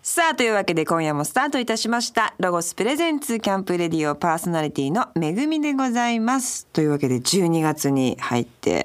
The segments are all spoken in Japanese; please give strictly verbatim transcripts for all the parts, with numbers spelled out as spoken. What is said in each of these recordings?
さあというわけで今夜もスタートいたしましたロゴスプレゼンツキャンプレディオパーソナリティのめぐみでございます。というわけでじゅうにがつに入って、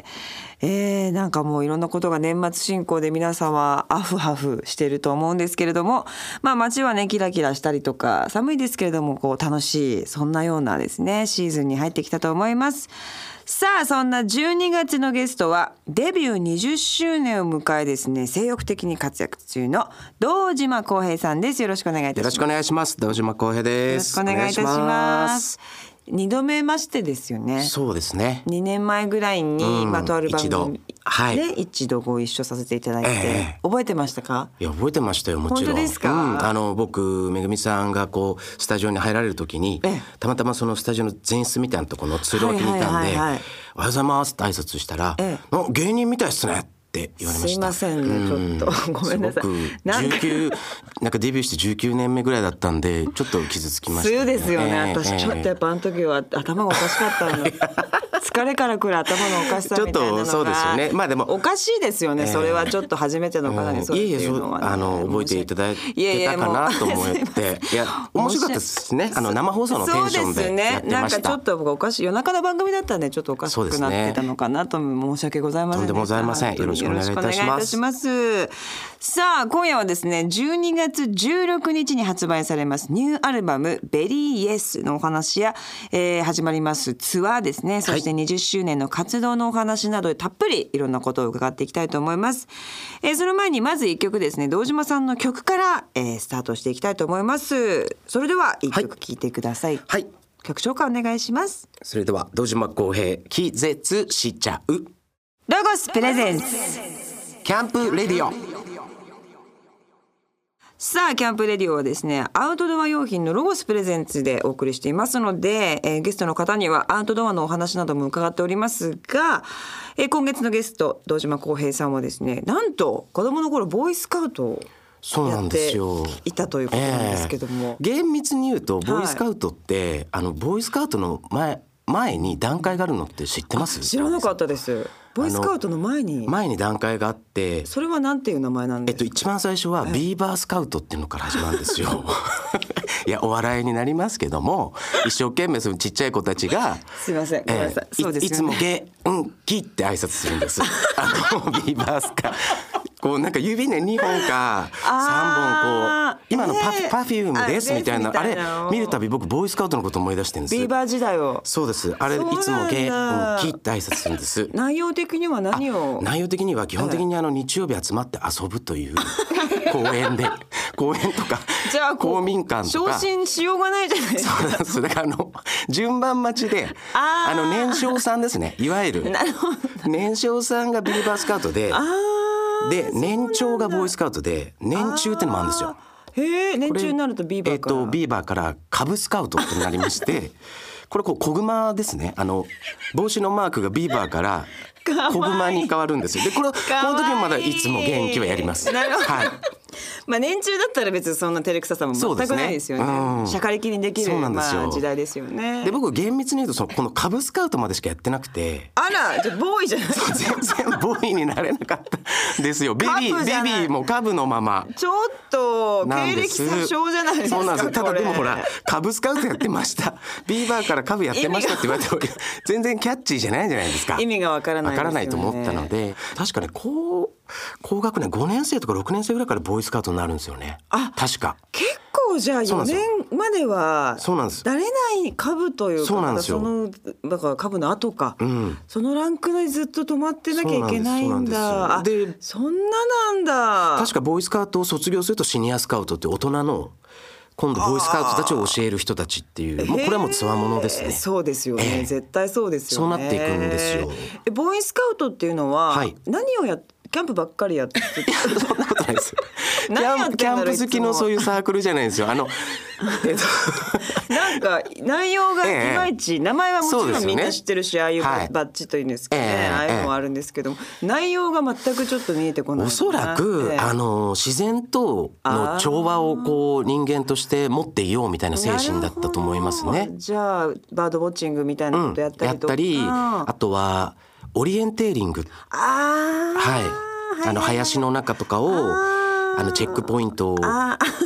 えー、なんかもういろんなことが年末進行で皆様アフハフしてると思うんですけれども、まあ街はねキラキラしたりとか寒いですけれどもこう楽しいそんなようなですねシーズンに入ってきたと思います。さあそんなじゅうにがつのゲストはデビューにじゅっしゅうねんを迎えですね精力的に活躍中の堂島康平さんです。よろしくお願いいたします。 よろしくお願いします。堂島康平です。 よろしくお願いいたします。にどめましてですよね。 そうですね。 にねんまえぐらいに、うんまあ、とある番組で、 はい、 一度ご一緒させていただいて、えー、覚えてましたか？ いや覚えてましたよもちろん。 本当ですか？ うん、あの僕めぐみさんがこうスタジオに入られる時に、えー、たまたまそのスタジオの前室みたいなところの通路脇にいたんで、はいはいはいはい、おはようございますって挨拶したら、えー、芸人みたいっすねって言われました。 すいませんね、ちょっとごめんなさい。 すごくじゅうきゅうなんかデビューしてじゅうきゅうねんめぐらいだったんでちょっと傷つきましたね。 そうですよね、えー、私ちょっとやっぱあの時は頭がおかしかったの疲れからくる頭のおかしさみたいなのがちょっとそうですよね。まあでもおかしいですよね、えー、それはちょっと初めての方にそういうのは、ね、 いえいえあの覚えていただいてたかなと思っていや面白かったですね。あの生放送のテンションでやってました。そうですね、なんかちょっと僕おかしい夜中の番組だったんでちょっとおかしくなってたのかなと申し訳ございません、ね、とんでもございません。よろしくお願いいたします。 しますさあ今夜はですねじゅうにがつじゅうろくにちに発売されますニューアルバムベリーイエスのお話や、えー、始まりますツアーですね、そしてにじゅっしゅうねんの活動のお話などでたっぷりいろんなことを伺っていきたいと思います。えー、その前にまずいっきょくですね堂島さんの曲から、えー、スタートしていきたいと思います。それではいっきょく聴いてください。 はい、 曲紹介お願いします。 それでは堂島康平気絶しちゃうロゴスプレゼンツキャンプレディオ。 さあキャンプレディオはですねアウトドア用品のロゴスプレゼンツでお送りしていますので、えー、ゲストの方にはアウトドアのお話なども伺っておりますが、えー、今月のゲスト堂島康平さんはですねなんと子供の頃ボーイスカウトをやっていたということなんですけども、 えー、厳密に言うとボーイスカウトって、はい、あのボーイスカウトの前前に段階があるのって知ってます？ 知らなかったです。ボーイスカウトの前に前に段階があって、 それはなんていう名前なんですか？ えっと、一番最初はビーバースカウトっていうのから始まるんですよいやお笑いになりますけども一生懸命そのちっちゃい子たちがすいませんごめんなさい、 えー、そうですよね、い, いつもゲンキって挨拶するんですあのビーバースカこうなんか指ねにほんかさんぼんこう今の パ,、えー、パフュームですみたいな あ, あれ見るたび僕ボーイスカウトのこと思い出してるんです。 ビーバー時代を。 そうです。あれいつもゲンキって挨拶するんです。 内容的には何を？ 内容的には基本的にあの日曜日集まって遊ぶという公園で公園とかじゃあ公民館とか昇進しようがないじゃないですか。 そうなんです。だからあの順番待ちで あ, あの年少さんですね、いわゆる年少さんがビーバースカウトでで年長がボーイスカウトで年中ってのもあるんですよ。 へえ、年中になるとビーバーから、 えー、とビーバーからカブスカウトってなりましてこれこう小熊ですね。あの帽子のマークがビーバーから小熊に変わるんですよ。でこれこの時もまだいつも元気はやります。 なるほど、 はい。 まあ年中だったら別にそんな照れくささも全くないですよね。うん、しゃかりきにできる、まあ、時代ですよね。 で僕厳密に言うとそのこのカブスカウトまでしかやってなくて、 あらじゃあボーイじゃないですか。 全然ボーイになれなかったですよ。ベビーベビーもカブのままちょっと経歴詐称じゃないですか。 そうなんです。ただでもほらカブスカウトやってましたビーバーからカブやってましたって言われても全然キャッチーじゃないじゃないですか。 意味がわからないですよね。 わからないと思ったので、確かねこう高学年ごねん生とかろくねん生ぐらいからボーイスカウトになるんですよね。あ、確か結構じゃあよねんまではそうなんです。 慣れない株というか、 そうなんですよ。 そのだから株の後か、うん、そのランクにずっと止まってなきゃいけないんだ。でそんななんだ。 確かボーイスカウトを卒業するとシニアスカウトって大人の今度ボーイスカウトたちを教える人たちっていう、もうこれはもうつわものですね。 そうですよね、えー、絶対そうですよね。 そうなっていくんですよ。 えボーイスカウトっていうのは、はい、何をやってキャンプばっかりやってそんなことないですキャンプ、キャンプ好きのそういうサークルじゃないんですよ。あの、えっと、 なんか内容がいまいち、ええ、名前はもちろんみんな知ってるし、ね、ああいうバッジというんですかね、はい、ああいうのもあるんですけども、ええ、内容が全くちょっと見えてこない。 おそらく、ええ、あの自然との調和をこう人間として持っていようみたいな精神だったと思いますね。 じゃあバードウォッチングみたいなことやったりとか、うん、 やったり、あとはオリエンテーリング、 あ、 はい、あの林の中とかをあのチェックポイントを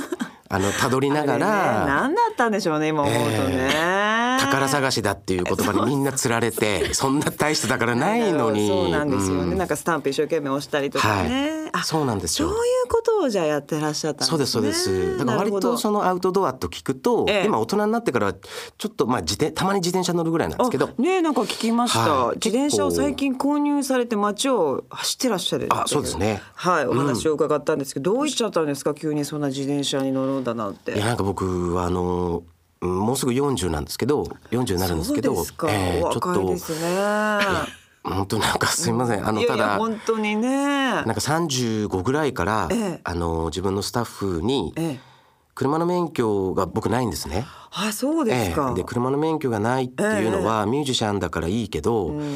あのたどりながら、 ね、何だったんでしょうね今思うとね、 えー、宝探しだっていう言葉にみんなつられてそんな大した宝ないのにそうなんですよね、うん、なんかスタンプ一生懸命押したりとかね、 はい、あそうなんですよ。 そういうことをじゃあやってらっしゃったんですね。 そうですそうです。だから割とそのアウトドアと聞くと、ええ、今大人になってからちょっとまあ自転たまに自転車乗るぐらいなんですけどね、なんか聞きました、はい、自転車を最近購入されて街を走ってらっしゃる。 あそうですね、 はい、お話を伺ったんですけど、うん、どういっちゃったんですか急にそんな自転車に乗るんだなって。 いやなんか僕はあのもうすぐよんじゅうなんですけどよんじゅうになるんですけど、 そうですか、えー、お若いですね。 本当なんかすみません、あのただいやいや本当にね、 なんかさんじゅうごぐらいから、ええ、あの自分のスタッフに、ええ、車の免許が僕ないんですね。 あそうですか、 ええ、で車の免許がないっていうのは、ええ、ミュージシャンだからいいけど、 うん、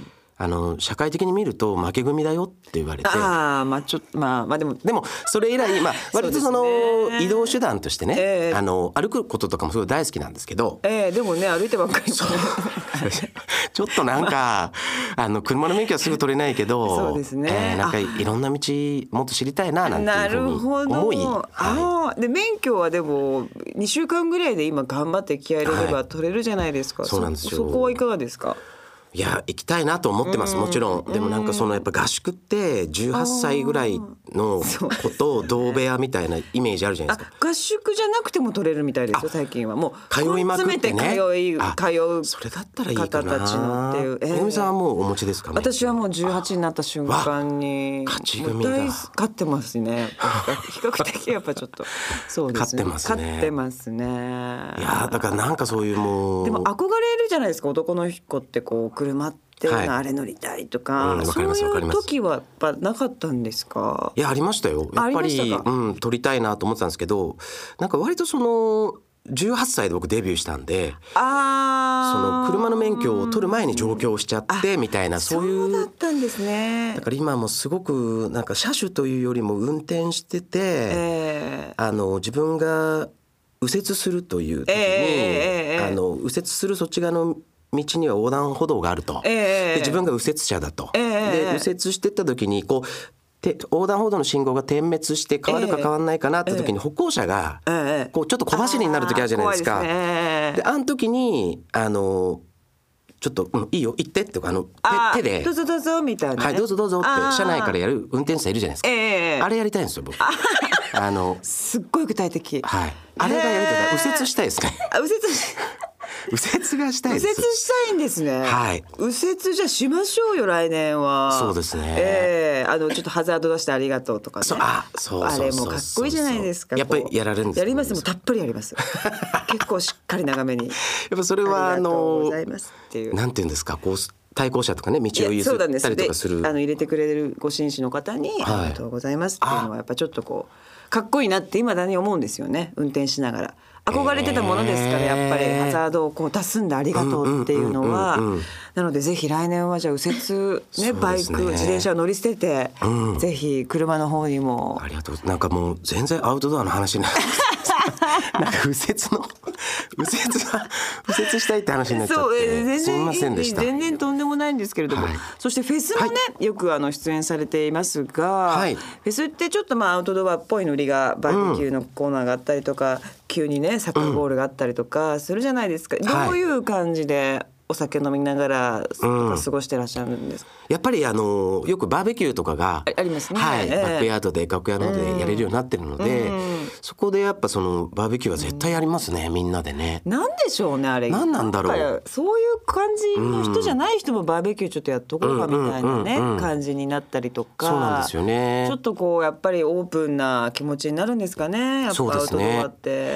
あの社会的に見ると負け組だよって言われて、 あまあちょっとまあまあでもでもそれ以来、まあ、割とその移動手段としてね、えー、あの歩くこととかもすごい大好きなんですけど、 えー、でもね歩いてばっかりちょっとなんかあの車の免許はすぐ取れないけどそうですね、 えー、なんかいろんな道もっと知りたいななんていうふうに思い、 はい、あで免許はでもにしゅうかんぐらいで今頑張って気合い入れれば取れるじゃないですか、はい、 そうなんですよ。 そ, そこはいかがですか。 いや行きたいなと思ってます、もちろん。でもなんかそのやっぱ合宿ってじゅうはっさいぐらいのことを同部屋みたいなイメージあるじゃないですか。 あ合宿じゃなくても取れるみたいですよ最近は。もう通いまくってね、 通い通うそれだったらいいかな。 方たちのっていう、 えー、めぐみさんはもうお持ちですかね。 私はもうじゅうはちになった瞬間に勝ち組が勝ってますね比較的やっぱちょっとそうですね、 勝ってますね勝ってますね。 いやだからなんかそういうもうでも憧れるじゃないですか男の子ってこう車っていうのあれ乗りたいとか、はい、うん、そういう時はやっぱなかったんですか。 いやありましたよやっぱり、うん、撮りたいなと思ってたんですけど、なんか割とそのじゅうはっさいで僕デビューしたんで、 あその車の免許を取る前に上京しちゃってみたいな、そういう。 そうだったんですね。 だから今もすごくなんか車種というよりも運転してて、えー、あの自分が右折するという時に、えー、あの右折するそっち側の道には横断歩道があると、えー、で自分が右折車だと、えー、で右折してった時にこう横断歩道の信号が点滅して変わるか変わんないかなって時に歩行者がこうちょっと小走りになる時あるじゃないですか。であの時にあのちょっと、うん、いいよ行ってってあの手でどうぞどうぞみたいな、ね、 はいどうぞどうぞって車内からやる運転手さんいるじゃないですか、えー、あれやりたいんですよ僕。あのすっごい具体的、 はい、あれがやりたい。右折したいですね。 右折右折がしたいです。 右折したいんですね。 はい。 右折じゃしましょうよ来年は。 そうですね。 ええー、あのちょっとハザード出してありがとうとかね。 そうあそうそうそうそうあれもかっこいいじゃないですか。 やっぱりやられるんですか。 やりますもうたっぷりやります。結構しっかり長めに。やっぱそれはあのありがとうございますっていう。 なんていうんですかこう対向車とかね道を譲ったりとかする。 あの入れてくれるご紳士の方に、はい、ありがとうございますっていうのはやっぱちょっとこうかっこいいなって未だに思うんですよね運転しながら。憧れてたものですからやっぱりハザードをこう出すんだありがとうっていうのはなのでぜひ来年はじゃあ右折、ね、バイク自転車を乗り捨てて、うん、ぜひ車の方にもありがとう。なんかもう全然アウトドアの話になるなんか右折の右折は右折したいって話になっちゃって全然すみませんでした。 全然とんでもないんですけれども、はい、そしてフェスもね、はい、よくあの出演されていますが、はい、フェスってちょっとまあアウトドアっぽいノリがバーベキューのコーナーがあったりとか、うん、急にねサッカーボールがあったりとかするじゃないですか、うん、どういう感じでお酒飲みながらとか過ごしてらっしゃるんですか。 うん、やっぱりあのよくバーベキューとかがあ, ありますね、 はいえー、バックヤードで楽屋の方でやれるようになってるので、うん、そこでやっぱそのバーベキューは絶対やりますね、うん、みんなでね。 なんでしょうねあれ。 なんなんだろう。 そういう感じの人じゃない人もバーベキューちょっとやっとこうかみたいなね、うんうんうんうん、感じになったりとか。 そうなんですよね。 ちょっとこうやっぱりオープンな気持ちになるんですかねやっぱアウトドアって。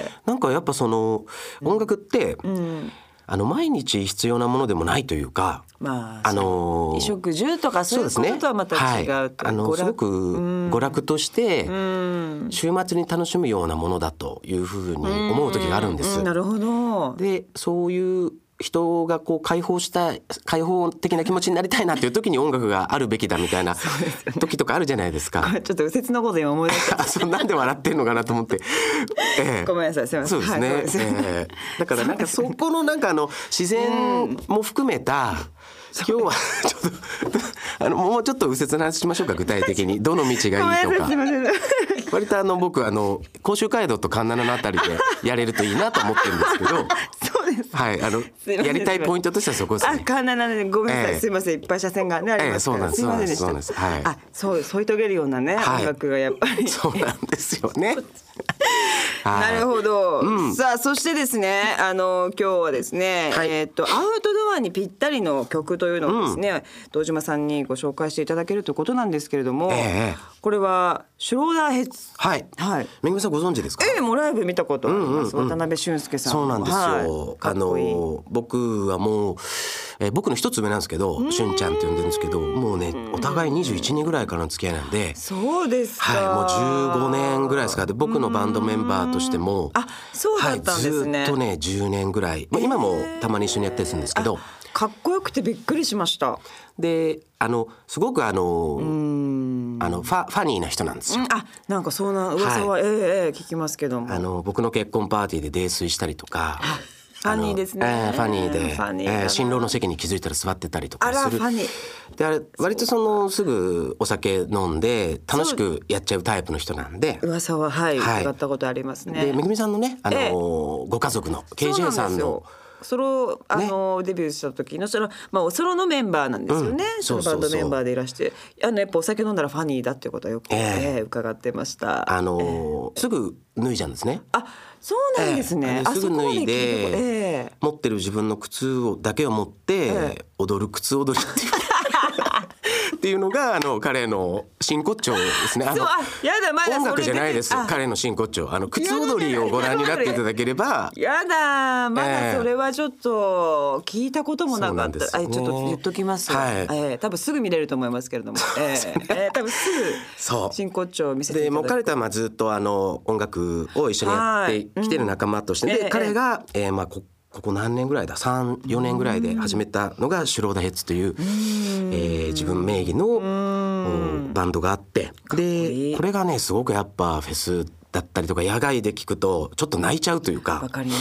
なんかやっぱその音楽って、うんうんあの毎日必要なものでもないというか、 まあ、あの衣食住とかそういうこととはまた違う、ねはい、 あのすごく娯楽として週末に楽しむようなものだというふうに思う時があるんです。 なるほど。 でそういう人がこう解放した開放的な気持ちになりたいなっていう時に音楽があるべきだみたいな時とかあるじゃないですか。 ちょっと右折のこと今思い出したそうなんで笑ってんのかなと思って、えー、 ごめんなさいすみません。 そうですね、はい、そうですね、えー、だからなんかそこのなんかあの自然も含めた、今日はちょっとあのもうちょっと右折の話しましょうか。具体的にどの道がいいとか。 すみません割とあの僕あの甲州街道と環七のあたりでやれるといいなと思ってるんですけどそうです、 はい、あのやりたいポイントとしてはそこですね。 あ、環七でごめんなさい、えー、すいません、いっぱい車線がねありますから、 えー、そうなんです、そうなんです、はい、 あ、そう添い遂げるようなね、はい、音楽がやっぱりそうなんですよねなるほど、うん、さあそしてですね、あの今日はですね、はい、えー、とアウトドアにぴったりの曲というのをですね、うん、堂島さんにご紹介していただけるということなんですけれども、えー、これはシュローダーヘッズ、 はい、はい、めぐみさんご存知ですか？ えー、もうライブ見たことあります、うんうんうん、渡辺俊介さん。 そうなんですよ、はい、 かっこいい。 あの僕はもう、えー、僕の一つ上なんですけど、しゅんちゃんって呼んでるんですけど、もうねお互いにじゅういちねんぐらいからの付き合いなんで。 そうですか、 はい、もうじゅうごねんぐらいですか。で僕のバンドメンバーとしても、 あ、そうだったんですね、 はい、ずっとねじゅうねんぐらい、まあ、今もたまに一緒にやったりするんですけど、 かっこよくてびっくりしました。 であのすごくあのあのファ、ファニーな人なんですよ。 あ、なんかそんな噂は、はい、えー、えー、聞きますけども、 あの僕の結婚パーティーで泥酔したりとかファニーですね、 えー、ファニーでファニー、えー、新郎の席に気づいたら座ってたりとかする。 あらファニーで、あれ割とそのすぐお酒飲んで楽しくやっちゃうタイプの人なんで、 噂は、はい、はい、伺ったことありますね。 でめぐみさんのね、あのーえー、ご家族の ケージェー さんのソロあの、ね、デビューした時のその、まあ、ソロのメンバーなんですよね、うん、そのバンドメンバーでいらしてあのやっぱお酒飲んだらファニーだっていうことはよく、えー、伺ってました。 あのーえー、すぐ脱いじゃうんですね。 あ、そうなんですね、 えー、すぐ脱いで、えー、持ってる自分の靴をだけを持って、えー、踊る靴踊りっていうっていうのがあの彼の真骨頂ですね。あのやだまだ音楽じゃないです。彼の真骨頂、あの靴踊りをご覧になっていただければ。 やだまだそれはちょっと聞いたこともなかった、えーね、ちょっと言っときます、はい、えー、多分すぐ見れると思いますけれども、えーえー、多分すぐ真骨頂を見せていただく。 でもう彼とはまあずっとあの音楽を一緒にやってきてる仲間として、うん、で、えー、彼が、えー、まあこここ何年ぐらいださん、よねんぐらいで始めたのがシュローダーヘッズという、えー、自分名義のバンドがあって、でこれがねすごくやっぱフェスだったりとか野外で聞くとちょっと泣いちゃうというか。 わかります。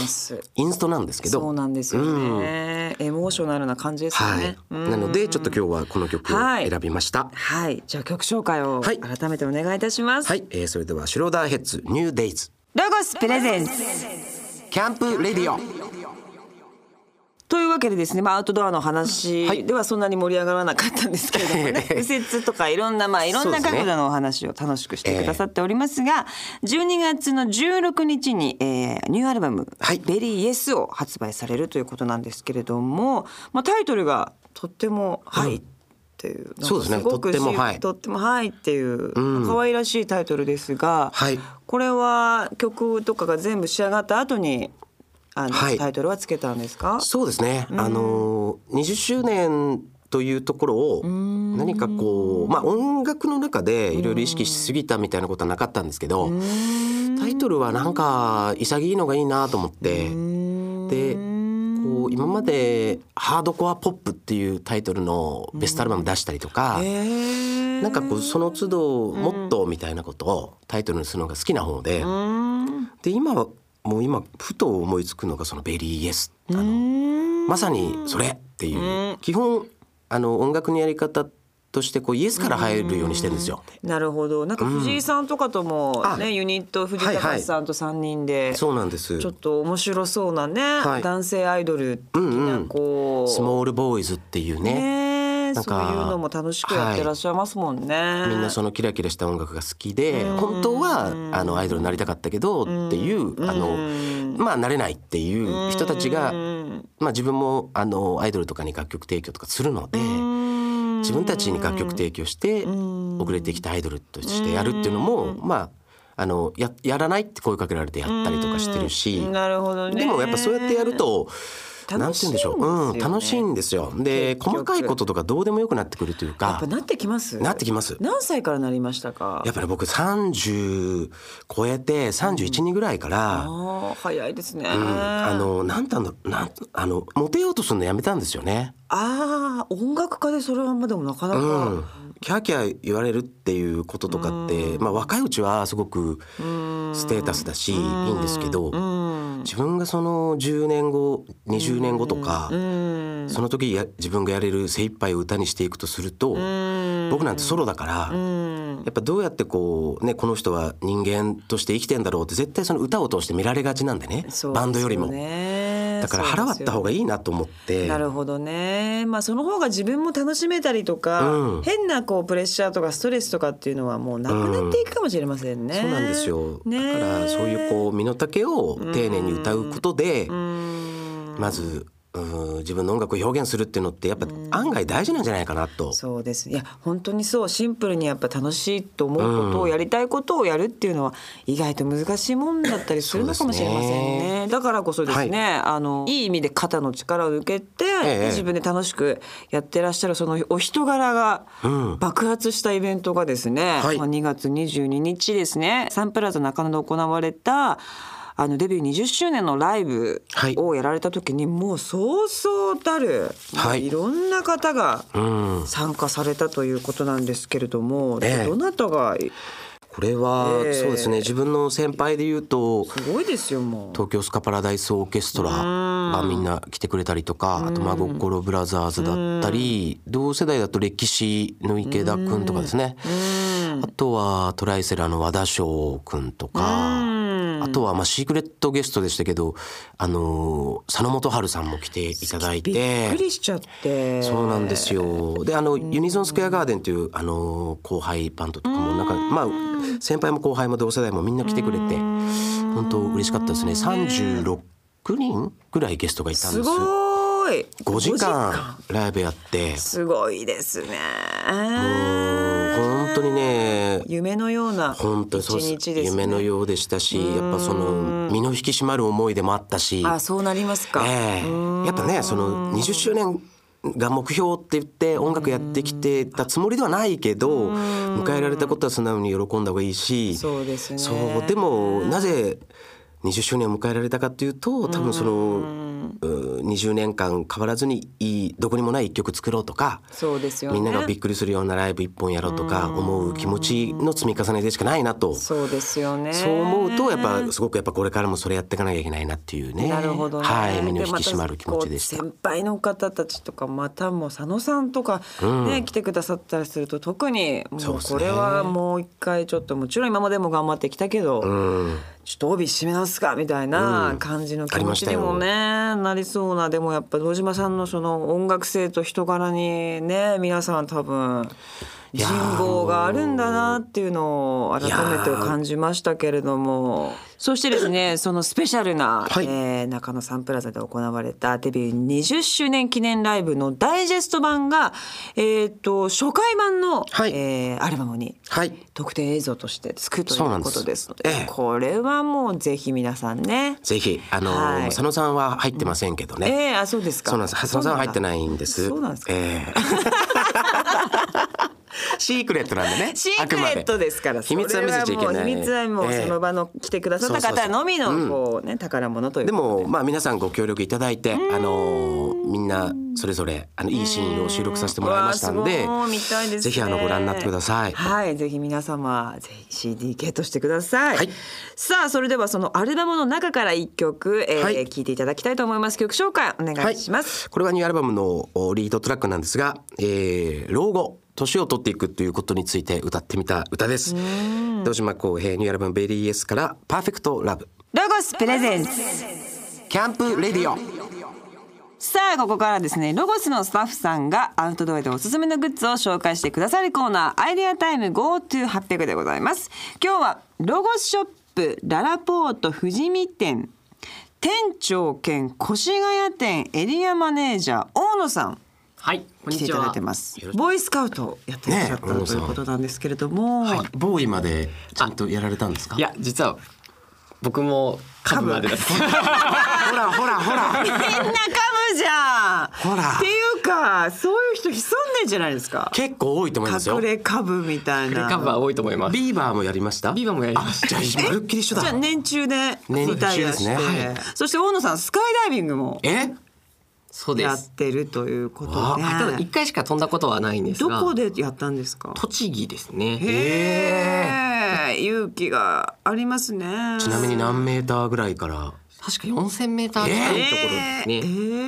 インストなんですけど、 そうなんですよね、うん、エモーショナルな感じですよね、 はい、なのでちょっと今日はこの曲を選びました。 はい、はい、じゃあ曲紹介を改めてお願いいたします。 はい、はい、えー、それではシュローダーヘッズニューデイズロゴスプレゼンツキャンプレディオというわけでですね、まあ、アウトドアの話ではそんなに盛り上がらなかったんですけれどもね、右折とかいろんな、まあ、いろんな角度のお話を楽しくしてくださっておりますが、じゅうにがつのじゅうろくにちに、えー、ニューアルバム、はい、ベリーイエスを発売されるということなんですけれども、まあ、タイトルがとっても、はい、うんっていう、 そうですね、とってもはいとってもはいっていう、うん、可愛らしいタイトルですが、はい、これは曲とかが全部仕上がった後にあの、はい、タイトルはつけたんですか？ そうですね、あのにじゅっしゅうねんというところを何かこう、まあ、音楽の中でいろいろ意識しすぎたみたいなことはなかったんですけど、タイトルはなんか潔いのがいいなと思って、でこう今までハードコアポップっていうタイトルのベストアルバム出したりとか、なんかこうその都度モットーみたいなことをタイトルにするのが好きな方で、で今はもう今ふと思いつくのがそのベリーイエス、あのまさにそれっていう、基本あの音楽のやり方としてこうイエスから入るようにしてるんですよ。 なるほど。なんか藤井さんとかともね、うん、ユニット藤井隆さんとさんにんで、はいはい、 そうなんです。 ちょっと面白そうなね、はい、男性アイドル的なこう、うんうん、 スモールボーイズっていうね、 なんかそういうのも楽しくやってらっしゃいますもんね、 はい、みんなそのキラキラした音楽が好きで、本当はあのアイドルになりたかったけどっていうあのまあなれないっていう人たちが、まあ自分もあのアイドルとかに楽曲提供とかするので、自分たちに楽曲提供して遅れてきたアイドルとしてやるっていうのも、まああの や, やらないって声かけられてやったりとかしてるし、 なるほどね。 でもやっぱそうやってやるとなんて言うんでしょう、うん、楽しいんですよ。で細かいこととかどうでもよくなってくるというか、 やっぱなってきますなってきます。 何歳からなりましたか？ やっぱり僕さんじゅう超えてさんじゅういち、にぐらいから、 うん、あ早いですね、 うん、あのなんだろうなんあのモテようとするのやめたんですよね。 ああ音楽家でそれはまでもなかなか、うん、 キャーキャー言われるっていうこととかって、まあ、若いうちはすごくステータスだしいいんですけど、自分がそのじゅうねんごにじゅうねんごとかその時や自分がやれる精一杯を歌にしていくとすると、僕なんてソロだからやっぱどうやってこうねこの人は人間として生きてんだろうって絶対その歌を通して見られがちなんでね、バンドよりも。だから腹割った方がいいなと思って。 なるほどね。まあその方が自分も楽しめたりとか、うん、変なこうプレッシャーとかストレスとかっていうのはもうなくなっていくかもしれませんね。 うん、そうなんですよ。だからそういうこう身の丈を丁寧に歌うことで、うん、まずうん自分の音楽を表現するっていうのってやっぱ案外大事なんじゃないかなと。 うん、そうです。いや本当にそう、シンプルにやっぱ楽しいと思うことを、やりたいことをやるっていうのは意外と難しいもんだったりするのかもしれませんね。だからこそですね、はい、あのいい意味で肩の力を抜けて、ええ、自分で楽しくやってらっしゃるそのお人柄が爆発したイベントがですね、うん、まあ、にがつにじゅうににちですね、サンプラザ中野で行われたあのデビューにじゅっしゅうねんのライブをやられた時に、もうそうそうたる、はい、いろんな方が参加されたということなんですけれども、ええ、どなたがこれは、えー、そうですね、自分の先輩でいうとすごいですよ、もう東京スカパラダイスオーケストラがみんな来てくれたりとか、あと真心ブラザーズだったり、同世代だと歴史の池田くんとかですね、あとはトライセラの和田翔くんとか、あとはまあシークレットゲストでしたけど、あの佐野元春さんも来ていただいて、 びっくりしちゃって。 そうなんですよ。であのユニゾンスクエアガーデンというあの後輩バンドとかもなんか、まあ先輩も後輩も同世代もみんな来てくれて本当嬉しかったですね。さんじゅうろくにんぐらいゲストがいたんです。 すごい。 ごじかんライブやって、 すごいですね。 もう本当にね、 夢のような一日ですね。 夢のようでしたし、やっぱその身の引き締まる思いでもあったし。 あ、そうなりますか。 えー、やっぱね、そのにじゅっしゅうねんが目標って言って音楽やってきてたつもりではないけど、迎えられたことは素直に喜んだ方がいいし。 そうですね。 そうでもなぜにじゅっしゅうねんを迎えられたかっていうと、多分そのにじゅうねんかん変わらずにいいどこにもない一曲作ろうとか、 そうですよね、 みんながびっくりするようなライブ一本やろうとか思う気持ちの積み重ねでしかないなと。 そうですよね。 そう思うとやっぱすごくやっぱこれからもそれやっていかなきゃいけないなっていうね。 なるほどね。 はい、身の引き締まる気持ちでした。 先輩の方たちとかまたもう佐野さんとかね、うん、来てくださったりすると特にもうこれはもう一回ちょっと、もちろん今までも頑張ってきたけど、うん、ちょっと帯締め直すかみたいな感じの気持ちにもね、うん、なりそうな。でもやっぱ堂島さんのその音楽性と人柄にね、皆さん多分人望があるんだなっていうのを改めて感じましたけれども、そしてですね、そのスペシャルな、はい、えー、中野サンプラザで行われたデビューにじゅっしゅうねん記念ライブのダイジェスト版が、えー、と初回版の、はい、えー、アルバムに特典映像としてつくということですので、ええ、これはもうぜひ皆さんね、 ぜひあの、はい、佐野さんは入ってませんけどね、 うん、えー、あ、そうですか。 そうなんです。佐野さんは入ってないんです。 そうなんですか、 えーシークレットなんでね。 シークレットですから、 秘密は見せちゃいけない。 秘密はもうその場の来てくださった方のみのこうね、宝物ということで。 でもまあ皆さんご協力いただいて、あのみんなそれぞれあのいいシーンを収録させてもらいましたので、ぜひあのご覧になってください。 はい、ぜひ皆様ぜひ シーディー ゲットしてください。はい、さあそれではそのアルバムの中からいっきょく、えーはい、聴いていただきたいと思います。曲紹介お願いします。 はい、これはニューアルバムのリードトラックなんですが、えー、老後年を取っていくということについて歌ってみた歌です。堂島康平ニューアルバムベリーエスからパーフェクトラブ。 ロゴスプレゼンツキャンプレディオ。 さあここからですね、ロゴスのスタッフさんがアウトドアでおすすめのグッズを紹介してくださるコーナー、アイデアタイム ゴートゥーはっぴゃく でございます。今日はロゴスショップララポート富士見店店長兼越谷店エリアマネージャー大野さん、 はい、こんにちは。 来ていただいてます。ボーイスカウトやっていらっしゃった、ね、ということなんですけれども、 はい、ボーイまでちゃんとやられたんですか？ いや実は僕もカブまでです。 ほらほらほらみんなカブじゃん。 ほらっていうかそういう人潜んでんじゃないですか。 結構多いと思いますよ。 隠れカブみたいな。 隠れカブは多いと思います。 ビーバーもやりました。 ビーバーもやりました。 じゃあまるっきり一緒だ。 じゃあ年中でリタイアして、ね、はい、そして大野さんスカイダイビングもえそうですやってるということで、 ただ一回しか飛んだことはないんですが。 どこでやったんですか？ 栃木ですね。 へえ、勇気がありますね。 ちなみに何メーターぐらいから？ 確かよんせんメーター近いところですね。 えーえー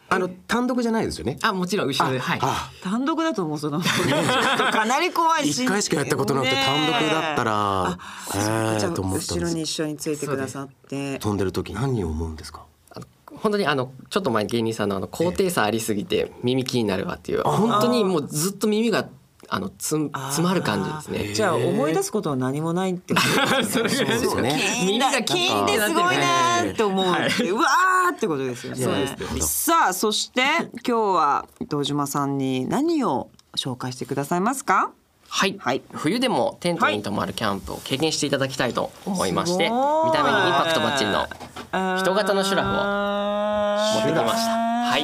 あの単独じゃないですよね。 あ、もちろん後ろで、はい。 単独だと思うそのかなり怖いし。 一回しかやったことなくて単独だったら、 えー、と思ったんです。後ろに一緒についてくださって飛んでる時何を思うんですか？ 本当にあのちょっと前芸人さんのあの高低差ありすぎて耳気になるわっていう、本当にもうずっと耳があのつ詰まる感じですね。 じゃあ思い出すことは何もないってことですね。 そうですよね。 耳がキーンってすごいなって思う、はい、うわーってことですよね。そうです。さあそして今日は堂島さんに何を紹介してくださいますか？ はい、はい、冬でもテントに泊まるキャンプを経験していただきたいと思いまして、見た目にインパクトバッチリの人型のシュラフを持ってきました。はい、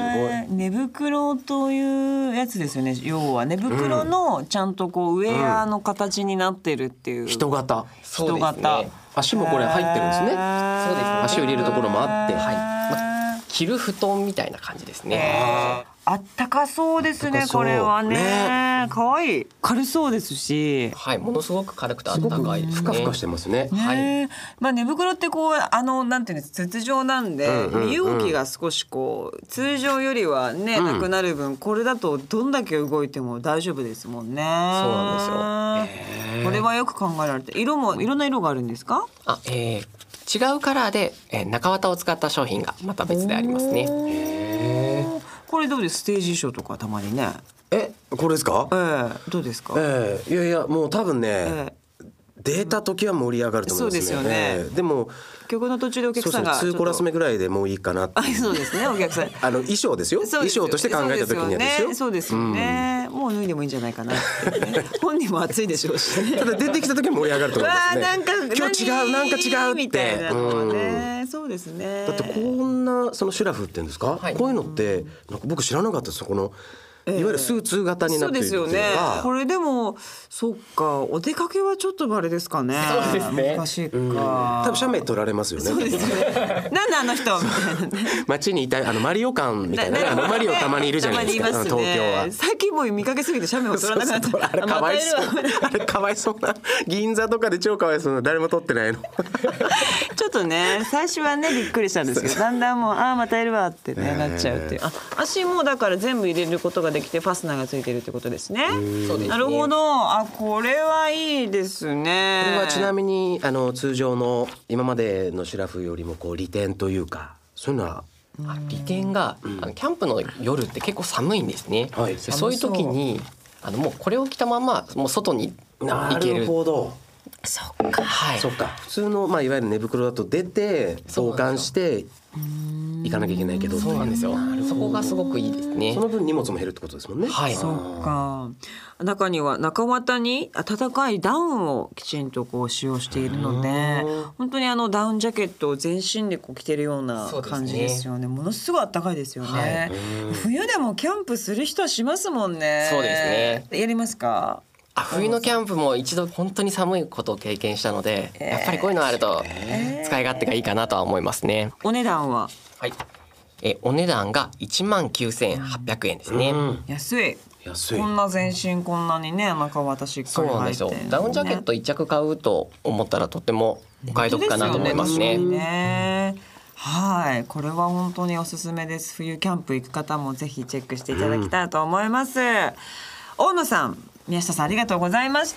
寝袋というやつですよね。要は寝袋のちゃんとこうウェアの形になってるっていう、 うん、人型人型、 ね、 足もこれ入ってるんですね。そうですね。 足を入れるところもあって、はい、まあ、着る布団みたいな感じですね。 あったかそうですね。これはね、可愛い、軽そうですし、 はい、ものすごく軽くてあったかいですね。 ふかふかしてますね。 ね、はい、まあ寝袋ってこうあのなんていうんです、筒状なんで、うんうんうん、身動きが少しこう通常よりはね、うん、なくなる分、これだとどんだけ動いても大丈夫ですもんね。 そうなんですよ。 これはよく考えられて、色もいろんな色があるんですか？ あ、えー、違うカラーで、えー、中綿を使った商品がまた別でありますね。 へー、これどうです？ステージ衣装とかたまにね。 え、これですか？ えー、どうですか？ えー、いやいやもう多分ね、えー、データ時は盛り上がると思いますね。 そうですよね。 えー、でも曲の途中でお客さんがそうそうにコーラス目ぐらいでもういいかなって。 あ、そうですね、お客さんあの衣装ですよ。衣装として考えた時にはですよ。 そうですよね。もう脱いでもいいんじゃないかなって、ね、本人も暑いでしょうし、ね、 ただ出てきた時は盛り上がると思いますね。 なんか今日違う、なんか違うってみたいなのはね、うん、そうですね。 だってこんなそのシュラフって言うんですか、はい、こういうのってなんか僕知らなかったですよ。このいわゆるスーツ型になっているっていうか、そうですよね。これでもそっか、お出かけはちょっとあれですかね。 そうですね。 難しいか、うん、 多分写メ撮られますよね。 そうですね。なんであの人みたいなね。 街にいたあのマリオ館みたいな、ね、あのマリオたまにいるじゃないですか。すね、東京は最近もう見かけすぎて写メを撮らなかった。そうそう、あれかわいそう。 あれかわいそうな、銀座とかで超かわいそうな、誰も撮ってないの。 ちょっとね、最初はねびっくりしたんですけど、だんだんもうああまたいるわってね、えー、なっちゃうっていう。あ、足もだから全部入れることができてファスナーがついてるってことですね。なるほど。あ、これはいいですね。 これはちなみにあの通常の今までのシュラフよりもこう利点というか、そういうのはあ、利点が、うん、あのキャンプの夜って結構寒いんですね。はい、そういう時にあのもうこれを着たままもう外に行ける。 なるほど。 そっか、 はい、そっか。普通の、まあ、いわゆる寝袋だと出て交換して行かなきゃいけないけど、 そうなんですよ。そこがすごくいいですね。 その分荷物も減るってことですもんね。 はい。 そっか。中には中綿に暖かいダウンをきちんとこう使用しているので、本当にあのダウンジャケットを全身でこう着てるような感じですよね。ものすごい暖かいですよね。はい、冬でもキャンプする人はしますもんね。 そうですね。 やりますか？ あ、冬のキャンプも一度本当に寒いことを経験したので、えー、やっぱりこういうのあると使い勝手がいいかなとは思いますね。 お値段は？ はい、えお値段がいちまんきゅうせんはっぴゃくえんですね。うん、 安い。 安い。 こんな全身こんなにね、中綿しっかり入ってる、ね、そうなんですよ。ダウンジャケットいっ着買うと思ったらとってもお買い得かなと思いますね。 ね、はい、これは本当におすすめです。冬キャンプ行く方もぜひチェックしていただきたいと思います。うん、大野さん、宮下さん、ありがとうございました。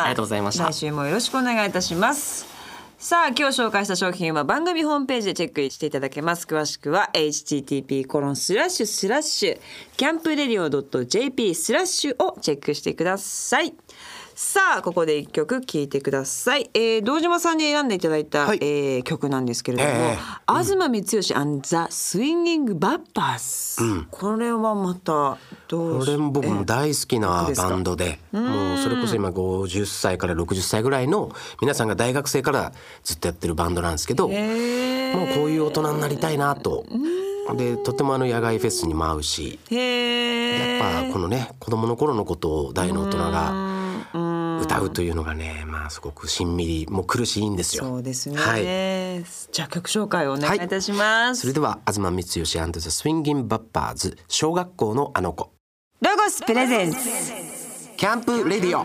ありがとうございました。 来週もよろしくお願いいたします。さあ、今日紹介した商品は番組ホームページでチェックしていただけます。詳しくは エイチティーティーピーコロンスラッシュスラッシュキャンプレディオドットジェーピースラッシュをチェックしてください。さあ、ここで一曲聴いてください。えー、堂島さんに選んでいただいた、はい、えー、曲なんですけれども、えー、東光義 and the Swinging Bappers、うん、これはまたどうしこれも僕も大好きなバンドで、もうそれこそ今ごじゅっさいからろくじゅっさいぐらいの皆さんが大学生からずっとやってるバンドなんですけど、もうこういう大人になりたいなと。でとてもあの野外フェスにも合うし、へやっぱこのね子供の頃のことを大の大人が歌うというのがね、まあすごくしんみりもう苦しいんですよ。 そうですね、はい、じゃあ曲紹介をお願いいたします。はい、 それでは東光義 and the Swinging Bappers 小学校のあの子。 ロゴスプレゼンツキャンプレディオ。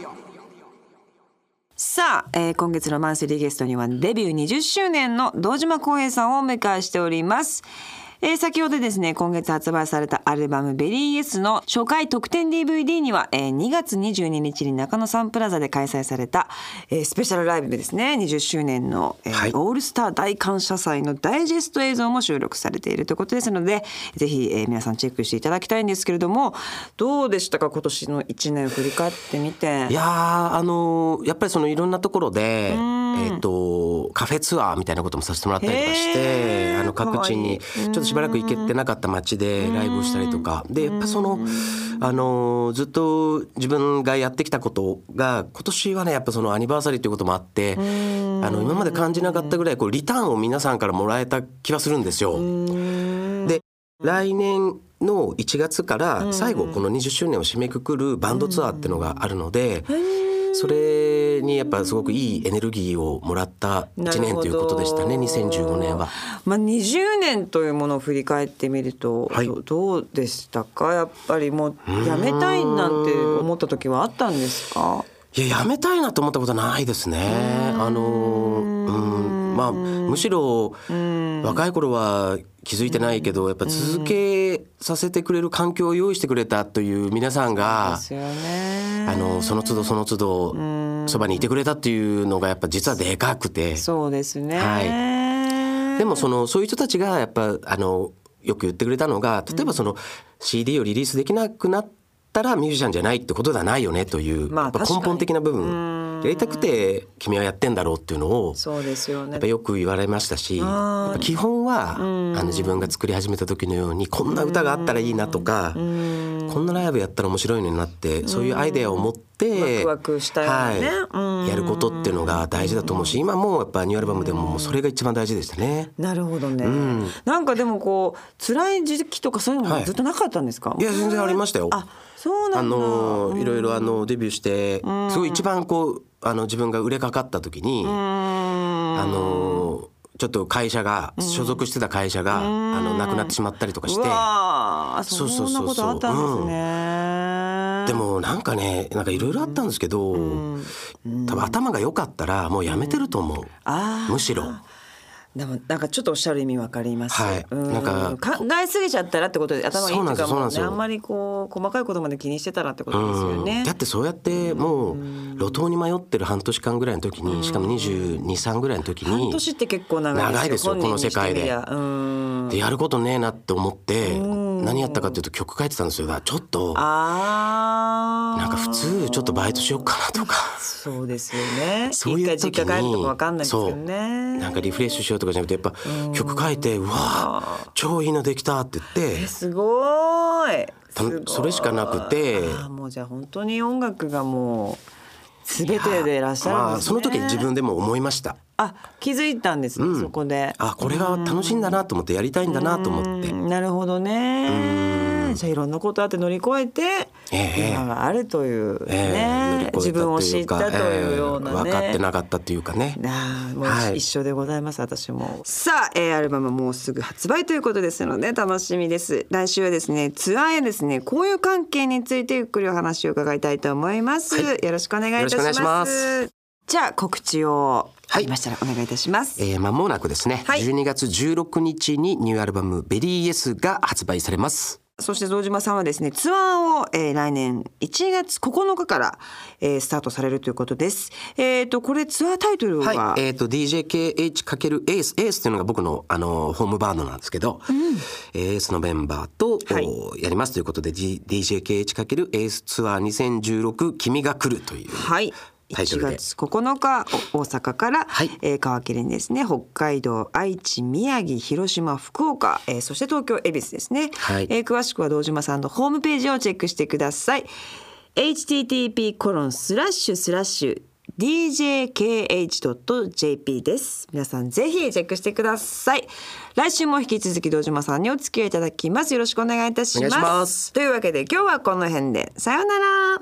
さあ、えー、今月のマンスリーゲストにはデビューにじゅっしゅうねんの堂島康平さんをお迎えしております。 えー、先ほどですね今月発売されたアルバムベリーイエスの初回特典 ディーブイディー には、えー、にがつにじゅうににちに中野サンプラザで開催された、えー、スペシャルライブですねにじゅっしゅうねんの、えーはい、オールスター大感謝祭のダイジェスト映像も収録されているということですのでぜひ、えー、皆さんチェックしていただきたいんですけれどもどうでしたか今年のいちねん振り返ってみて。 いやあのー、やっぱりそのいろんなところで、えー、とカフェツアーみたいなこともさせてもらったりとかしてあの各地にちょっとしばらく行けてなかった街でライブをしたりとかでやっぱその、あのー、ずっと自分がやってきたことが今年はねやっぱそのアニバーサリーということもあってあの今まで感じなかったぐらいこうリターンを皆さんからもらえた気はするんですよ。で来年のいちがつから最後このにじゅっしゅうねんを締めくくるバンドツアーっていうのがあるのでそれにやっぱすごくいいエネルギーをもらったいちねんということでしたねにせんじゅうごねんは。 まあ、にじゅうねんというものを振り返ってみると、はい、どうでしたかやっぱりもうやめたいなんて思った時はあったんですか？ いややめたいなと思ったことはないですね。あのうんまあ、むしろ若い頃は気づいてないけどやっぱ続けさせてくれる環境を用意してくれたという皆さんが そ, あのその都度その都度そばにいてくれたっていうのがやっぱ実はでかくてそうですね、 はい、でもそのそういう人たちがやっぱあのよく言ってくれたのが例えばその シーディー をリリースできなくなったらミュージシャンじゃないってことではないよねという、まあ、やっぱ根本的な部分やりたくて君はやってんだろうっていうのをそうですよねやっぱよく言われましたしやっぱ基本はあの自分が作り始めた時のようにこんな歌があったらいいなとかこんなライブやったら面白いのになってそういうアイデアを持ってワクワクしたよね、 はい、やることっていうのが大事だと思うし今もやっぱニューアルバムでももうそれが一番大事でしたね。 なるほどね、うん、なんかでもこう辛い時期とかそういうのもずっとなかったんですか？はい、いや全然ありましたよ。 あそうなんだ。あのいろいろあのデビューしてすごい一番こうあの自分が売れかかった時にあのちょっと会社が所属してた会社があのなくなってしまったりとかしてうわそんなことあったんですね、 うん、でもなんかねなんかいろいろあったんですけど多分頭が良かったらもうやめてると思うむしろでもなんかちょっとおっしゃる意味わかります、 はい、 うんなんか考えすぎちゃったらってことで頭がいいっていうかもうねあんまりこう細かいことまで気にしてたらってことですよね。 だってそうやってもう路頭に迷ってる半年間ぐらいの時にしかもにじゅうに、さんぐらいの時に半年って結構長いですよ。 長いですよこの世界でうんでやることねえなって思って何やったかっていうと曲書いてたんですよ。だからちょっとあなんか普通ちょっとバイトしようかなとかそうですよね。 そういう時に一回実家帰るとか分かんないですよね。 なんかリフレッシュしようとかじゃなくてやっぱ曲書いてうわ超いいのできたって言ってすごいそれしかなくてあもうじゃあ本当に音楽がもう全てでいらっしゃるんですね。まあ、 その時自分でも思いました。 あ気づいたんですね、うん、そこであこれが楽しいんだなと思ってやりたいんだなと思ってなるほどね。じゃあいろんなことあって乗り越えて、えー、今があるというね、えー、自分を知ったというようなね、 えー、分かってなかったというかねあもう一緒でございます、はい、私もさあ、えー、アルバムもうすぐ発売ということですので楽しみです。来週はですねツアーやですね交友関係についてゆっくりお話を伺いたいと思います、はい、よろしくお願いいたします。よろしくお願いします。じゃあ告知をありましたらお願いいたします。 はいえー、間もなくですね、はい、じゅうにがつじゅうろくにちにニューアルバムベリーイエスが発売されます。 そして堂島さんはですねツアーを、えー、来年いちがつここのかから、えー、スタートされるということです。えー、とこれツアータイトルは、 はいえー、と ディージェーケーエイチ×エース エースっていうのが僕の、あのホームバンドなんですけど、うん、エースのメンバーと、はい、やりますということで ディージェーケーエイチ×エース ツアーにせんじゅうろく君が来るという、 はいいちがつここのか大阪から、はいえー、皮切りにですね北海道愛知宮城広島福岡、えー、そして東京恵比寿ですね、はいえー、詳しくは堂島さんのホームページをチェックしてください。 エイチティーティーピーコロンスラッシュスラッシュディージェーケーエイチドットジェーピー です。皆さんぜひチェックしてください。来週も引き続き堂島さんにお付き合いいただきます。よろしくお願いいたします。お願いします。というわけで今日はこの辺でさようなら。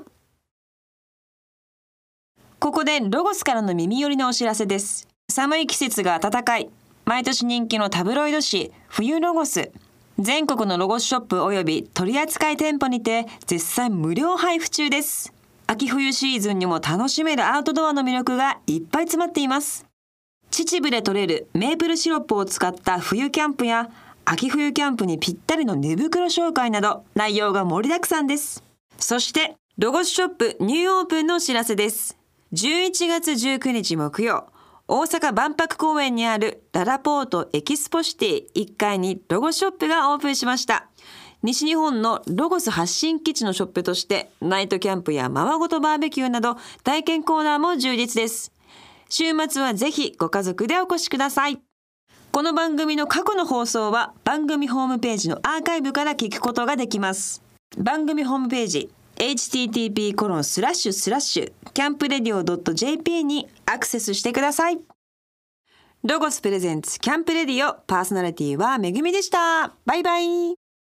ここでロゴスからの耳寄りのお知らせです。寒い季節が暖かい毎年人気のタブロイド誌冬ロゴス、全国のロゴスショップおよび取扱店舗にて絶賛無料配布中です。秋冬シーズンにも楽しめるアウトドアの魅力がいっぱい詰まっています。秩父で採れるメープルシロップを使った冬キャンプや秋冬キャンプにぴったりの寝袋紹介など内容が盛りだくさんです。そしてロゴスショップニューオープンのお知らせです。じゅういちがつじゅうくにち木曜、大阪万博公園にあるララポートエキスポシティいっかいにロゴスショップがオープンしました。西日本のロゴス発信基地のショップとしてナイトキャンプやままごとバーベキューなど体験コーナーも充実です。週末はぜひご家族でお越しください。この番組の過去の放送は番組ホームページのアーカイブから聞くことができます。番組ホームページ エイチティーティーピーコロンスラッシュスラッシュキャンプレディオドットジェーピー にアクセスしてください。ロゴスプレゼンツキャンプレディオ、パーソナリティはめぐみでした。バイバイ。